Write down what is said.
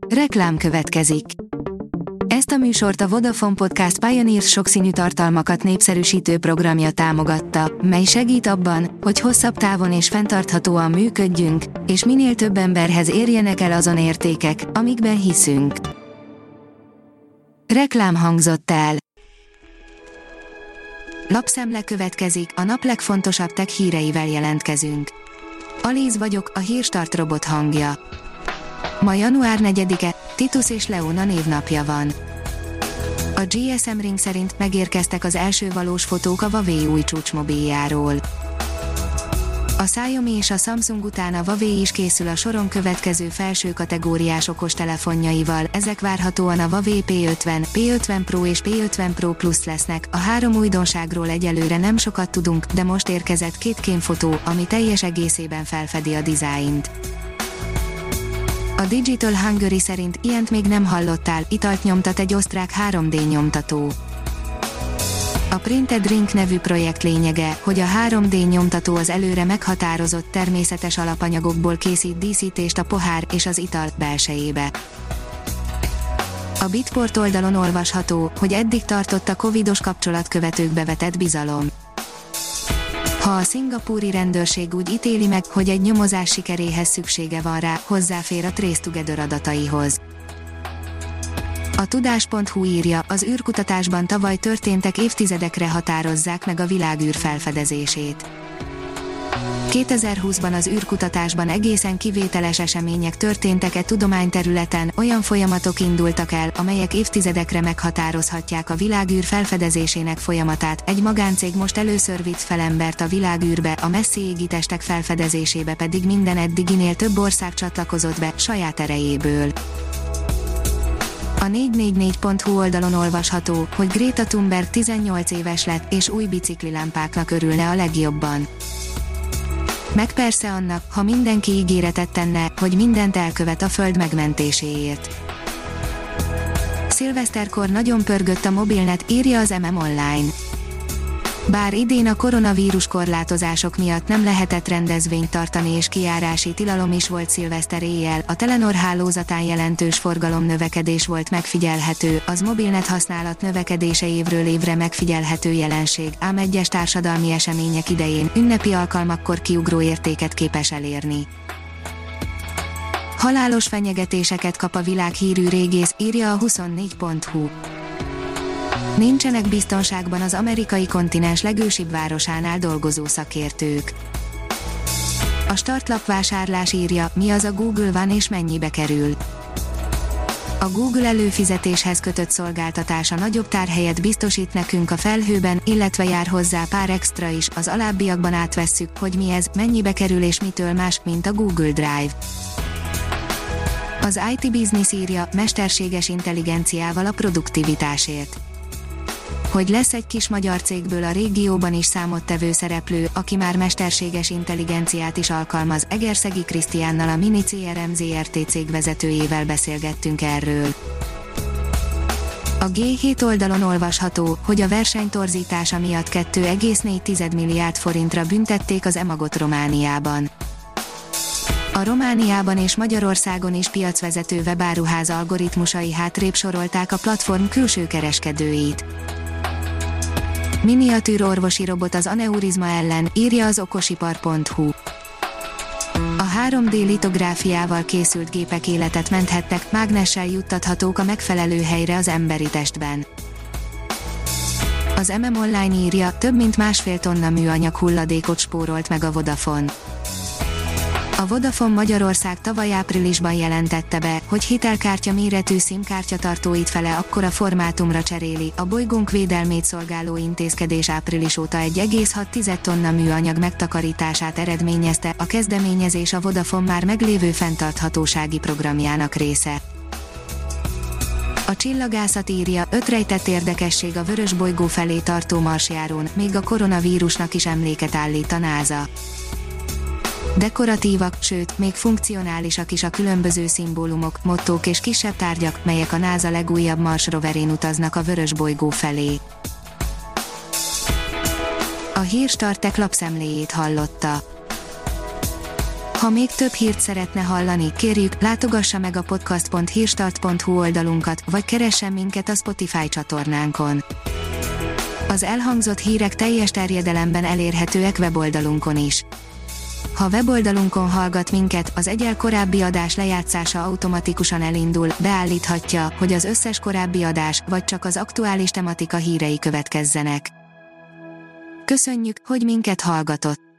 Reklám következik. Ezt a műsort a Vodafone Podcast Pioneers sokszínű tartalmakat népszerűsítő programja támogatta, mely segít abban, hogy hosszabb távon és fenntarthatóan működjünk, és minél több emberhez érjenek el azon értékek, amikben hiszünk. Reklám hangzott el. Lapszemle következik, a nap legfontosabb tech híreivel jelentkezünk. Alíz vagyok, a Hírstart robot hangja. Ma január 4-e, Titus és Leona névnapja van. A GSM Ring szerint megérkeztek az első valós fotók a Huawei új csúcsmobiljáról. A Xiaomi és a Samsung után a Huawei is készül a soron következő felső kategóriás okostelefonjaival, ezek várhatóan a Huawei P50, P50 Pro és P50 Pro Plus lesznek. A három újdonságról egyelőre nem sokat tudunk, de most érkezett két kémfotó, ami teljes egészében felfedi a dizájnt. A Digital Hungary szerint ilyent még nem hallottál, italt nyomtat egy osztrák 3D nyomtató. A Printed Ink nevű projekt lényege, hogy a 3D nyomtató az előre meghatározott természetes alapanyagokból készít díszítést a pohár és az ital belsejébe. A Bitport oldalon olvasható, hogy eddig tartott a covidos kapcsolatkövetőkbe vetett bizalom. Ha a szingapúri rendőrség úgy ítéli meg, hogy egy nyomozás sikeréhez szüksége van rá, hozzáfér a Trace Together adataihoz. A tudás.hu írja, az űrkutatásban tavaly történtek évtizedekre határozzák meg a világűr felfedezését. 2020-ban az űrkutatásban egészen kivételes események történtek e tudományterületen, olyan folyamatok indultak el, amelyek évtizedekre meghatározhatják a világűr felfedezésének folyamatát. Egy magáncég most először vitt fel embert a világűrbe, a messzi égi testek felfedezésébe pedig minden eddiginél több ország csatlakozott be, saját erejéből. A 444.hu oldalon olvasható, hogy Greta Thunberg 18 éves lett, és új biciklilámpáknak örülne a legjobban. Meg persze annak, ha mindenki ígéretet tenne, hogy mindent elkövet a föld megmentéséért. Szilveszterkor nagyon pörgött a mobilnet, írja az Online. Bár idén a koronavírus korlátozások miatt nem lehetett rendezvényt tartani és kijárási tilalom is volt szilveszter éjjel, a Telenor hálózatán jelentős forgalomnövekedés volt megfigyelhető, az mobilnet használat növekedése évről évre megfigyelhető jelenség, ám egyes társadalmi események idején, ünnepi alkalmakkor kiugró értéket képes elérni. Halálos fenyegetéseket kap a világhírű régész, írja a 24.hu. Nincsenek biztonságban az amerikai kontinens legősibb városánál dolgozó szakértők. A startlap vásárlás írja, mi az a Google One és mennyibe kerül. A Google előfizetéshez kötött szolgáltatása nagyobb tárhelyet biztosít nekünk a felhőben, illetve jár hozzá pár extra is, az alábbiakban átvesszük, hogy mi ez, mennyibe kerül és mitől más, mint a Google Drive. Az IT Business írja, mesterséges intelligenciával a produktivitásért. Hogy lesz egy kis magyar cégből a régióban is számottevő szereplő, aki már mesterséges intelligenciát is alkalmaz, Egerszegi Krisztiánnal, a Mini CRM Zrt. Cég vezetőjével beszélgettünk erről. A G7 oldalon olvasható, hogy a versenytorzítása miatt 2,4 milliárd forintra büntették az EMAG-ot Romániában. A Romániában és Magyarországon is piacvezető webáruház algoritmusai hátrébb sorolták a platform külső kereskedőit. Miniatűr orvosi robot az aneurizma ellen, írja az okosipar.hu. A 3D litográfiával készült gépek életet menthettek, mágnessel juttathatók a megfelelő helyre az emberi testben. Az Online írja, több mint 1,5 tonna műanyag hulladékot spórolt meg a Vodafone. A Vodafone Magyarország tavaly áprilisban jelentette be, hogy hitelkártya méretű SIM-kártyatartóit fele akkora formátumra cseréli. A bolygónk védelmét szolgáló intézkedés április óta 1,6 tonna műanyag megtakarítását eredményezte, a kezdeményezés a Vodafone már meglévő fenntarthatósági programjának része. A csillagászat írja, 5 rejtett érdekesség a vörös bolygó felé tartó marsjárón, még a koronavírusnak is emléket állít a NASA. Dekoratívak, sőt, még funkcionálisak is a különböző szimbólumok, mottók és kisebb tárgyak, melyek a NASA legújabb Mars roverén utaznak a vörös bolygó felé. A Hírstart Tech lapszemléjét hallotta. Ha még több hírt szeretne hallani, kérjük, látogassa meg a podcast.hírstart.hu oldalunkat, vagy keressen minket a Spotify csatornánkon. Az elhangzott hírek teljes terjedelemben elérhetőek weboldalunkon is. Ha weboldalunkon hallgat minket, az egyel korábbi adás lejátszása automatikusan elindul, beállíthatja, hogy az összes korábbi adás, vagy csak az aktuális tematika hírei következzenek. Köszönjük, hogy minket hallgatott!